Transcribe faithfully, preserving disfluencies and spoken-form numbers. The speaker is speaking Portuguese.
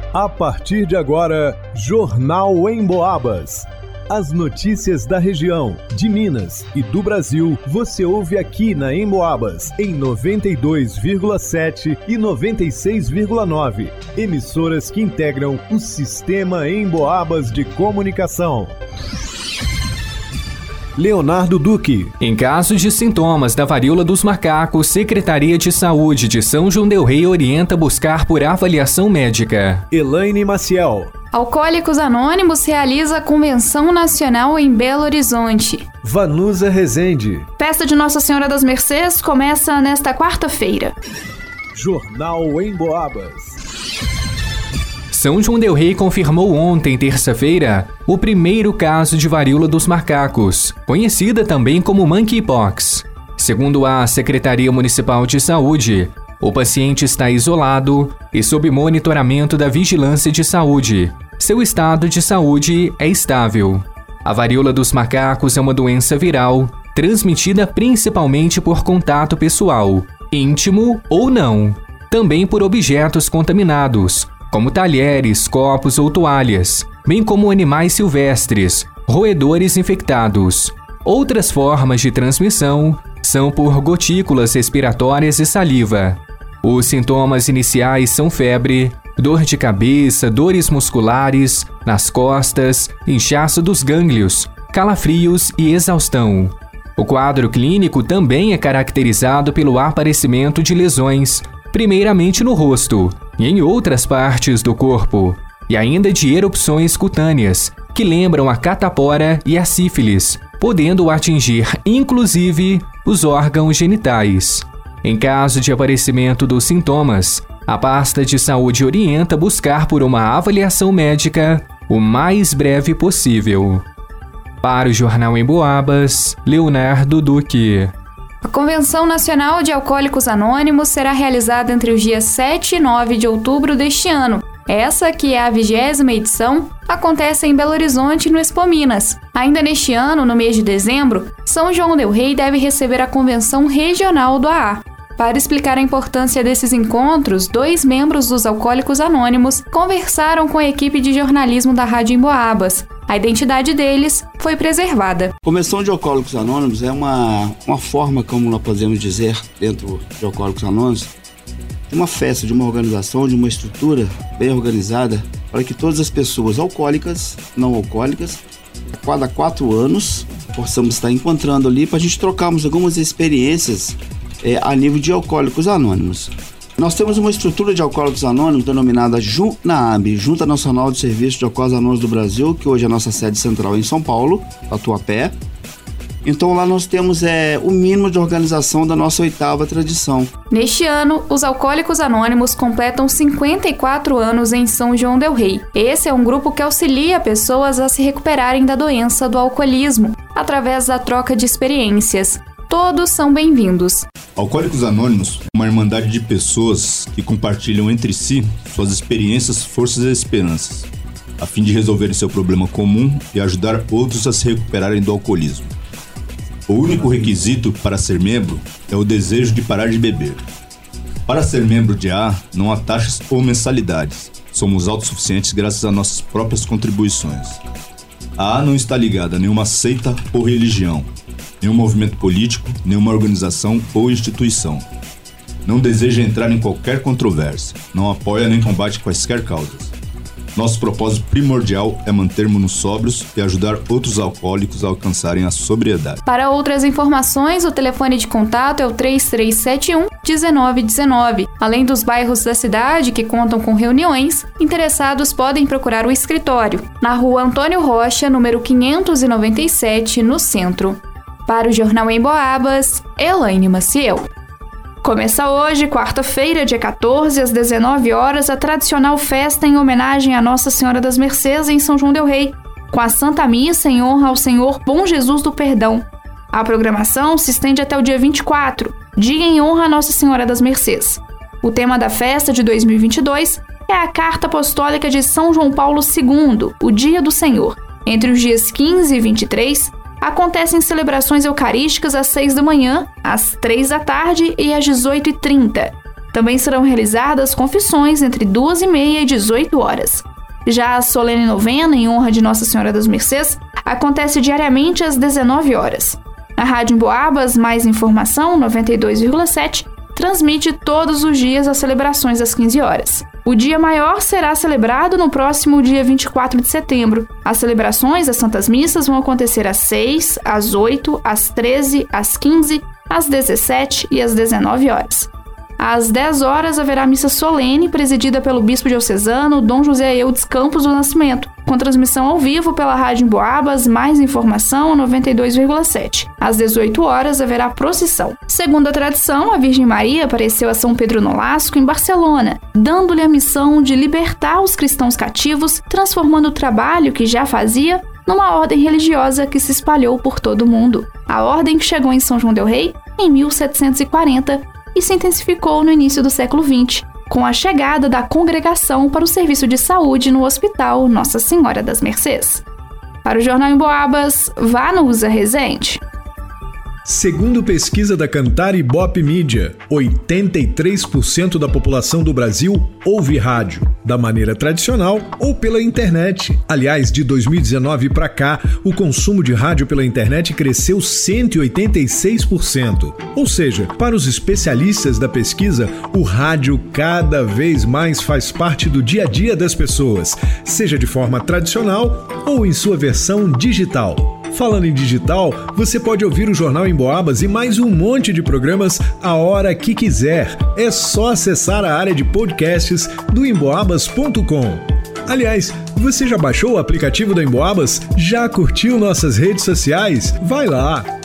A partir de agora, Jornal Emboabas. As notícias da região, de Minas e do Brasil, você ouve aqui na Emboabas, em noventa e dois vírgula sete e noventa e seis vírgula nove. Emissoras que integram o Sistema Emboabas de Comunicação. Leonardo Duque. Em caso de sintomas da varíola dos macacos, Secretaria de Saúde de São João del Rei orienta buscar por avaliação médica. Elaine Maciel. Alcoólicos Anônimos realiza a Convenção Nacional em Belo Horizonte. Vanusa Rezende. Festa de Nossa Senhora das Mercês começa nesta quarta-feira. Jornal Emboabas. São João del Rei confirmou ontem, terça-feira, o primeiro caso de varíola dos macacos, conhecida também como monkeypox. Segundo a Secretaria Municipal de Saúde, o paciente está isolado e sob monitoramento da Vigilância de Saúde. Seu estado de saúde é estável. A varíola dos macacos é uma doença viral, transmitida principalmente por contato pessoal, íntimo ou não, também por objetos contaminados, como talheres, copos ou toalhas, bem como animais silvestres, roedores infectados. Outras formas de transmissão são por gotículas respiratórias e saliva. Os sintomas iniciais são febre, dor de cabeça, dores musculares, nas costas, inchaço dos gânglios, calafrios e exaustão. O quadro clínico também é caracterizado pelo aparecimento de lesões, primeiramente no rosto e em outras partes do corpo, e ainda de erupções cutâneas, que lembram a catapora e a sífilis, podendo atingir, inclusive, os órgãos genitais. Em caso de aparecimento dos sintomas, a pasta de saúde orienta buscar por uma avaliação médica o mais breve possível. Para o Jornal Emboabas, Leonardo Duque. A Convenção Nacional de Alcoólicos Anônimos será realizada entre os dias sete e nove de outubro deste ano. Essa, que é a vigésima edição, acontece em Belo Horizonte, no Expo Minas. Ainda neste ano, no mês de dezembro, São João del Rei deve receber a Convenção Regional do A A. Para explicar a importância desses encontros, dois membros dos Alcoólicos Anônimos conversaram com a equipe de jornalismo da Rádio Emboabas. A identidade deles foi preservada. A Convenção de Alcoólicos Anônimos é uma, uma forma, como nós podemos dizer, dentro de Alcoólicos Anônimos, de uma festa, de uma organização, de uma estrutura bem organizada para que todas as pessoas alcoólicas, não alcoólicas, a cada quatro anos, possamos estar encontrando ali para a gente trocarmos algumas experiências é, a nível de Alcoólicos Anônimos. Nós temos uma estrutura de Alcoólicos Anônimos denominada JUNAAB, Junta Nacional de Serviços de Alcoólicos Anônimos do Brasil, que hoje é a nossa sede central em São Paulo, Tatuapé. Então lá nós temos é, o mínimo de organização da nossa oitava tradição. Neste ano, os Alcoólicos Anônimos completam cinquenta e quatro anos em São João del Rei. Esse é um grupo que auxilia pessoas a se recuperarem da doença do alcoolismo, através da troca de experiências. Todos são bem-vindos. Alcoólicos Anônimos é uma irmandade de pessoas que compartilham entre si suas experiências, forças e esperanças, a fim de resolverem seu problema comum e ajudar outros a se recuperarem do alcoolismo. O único requisito para ser membro é o desejo de parar de beber. Para ser membro de A A, não há taxas ou mensalidades. Somos autossuficientes graças a nossas próprias contribuições. A A não está ligada a nenhuma seita ou religião, nenhum movimento político, nenhuma organização ou instituição. Não deseja entrar em qualquer controvérsia, não apoia nem combate quaisquer causas. Nosso propósito primordial é mantermos-nos sóbrios e ajudar outros alcoólicos a alcançarem a sobriedade. Para outras informações, o telefone de contato é o três três sete um, um nove um nove. Além dos bairros da cidade que contam com reuniões, interessados podem procurar o escritório, na rua Antônio Rocha, número quinhentos e noventa e sete, no centro. Para o Jornal Emboabas, Elaine Maciel. Começa hoje, quarta-feira, dia quatorze, às dezenove horas, a tradicional festa em homenagem a Nossa Senhora das Mercês em São João del Rei, com a Santa Missa em honra ao Senhor Bom Jesus do Perdão. A programação se estende até o dia vinte e quatro, dia em honra a Nossa Senhora das Mercês. O tema da festa de dois mil e vinte e dois é a Carta Apostólica de São João Paulo segundo, o Dia do Senhor. Entre os dias quinze e vinte e três, acontecem celebrações eucarísticas às seis da manhã, às três da tarde e às dezoito e trinta. Também serão realizadas confissões entre duas e meia e dezoito horas. Já a solene novena em honra de Nossa Senhora das Mercês acontece diariamente às dezenove horas. A Rádio Emboabas, mais informação, noventa e dois vírgula sete, transmite todos os dias as celebrações às quinze horas. O dia maior será celebrado no próximo dia vinte e quatro de setembro. As celebrações das Santas Missas vão acontecer às seis, às oito, às treze, às quinze, às dezessete e às dezenove horas. Às dez horas haverá missa solene presidida pelo bispo diocesano Dom José Eudes Campos do Nascimento, com transmissão ao vivo pela Rádio Emboabas, mais informação noventa e dois vírgula sete. Às dezoito horas haverá procissão. Segundo a tradição, a Virgem Maria apareceu a São Pedro Nolasco em Barcelona, dando-lhe a missão de libertar os cristãos cativos, transformando o trabalho que já fazia numa ordem religiosa que se espalhou por todo o mundo. A ordem chegou em São João del Rei em mil setecentos e quarenta e se intensificou no início do século vinte, com a chegada da congregação para o serviço de saúde no Hospital Nossa Senhora das Mercês. Para o Jornal Emboabas, Vanusa Rezende. Segundo pesquisa da Cantar Ibope Mídia, oitenta e três por cento da população do Brasil ouve rádio, da maneira tradicional ou pela internet. Aliás, de dois mil e dezenove para cá, o consumo de rádio pela internet cresceu cento e oitenta e seis por cento. Ou seja, para os especialistas da pesquisa, o rádio cada vez mais faz parte do dia a dia das pessoas, seja de forma tradicional ou em sua versão digital. Falando em digital, você pode ouvir o Jornal Emboabas e mais um monte de programas a hora que quiser. É só acessar a área de podcasts do emboabas ponto com. Aliás, você já baixou o aplicativo da Emboabas? Já curtiu nossas redes sociais? Vai lá!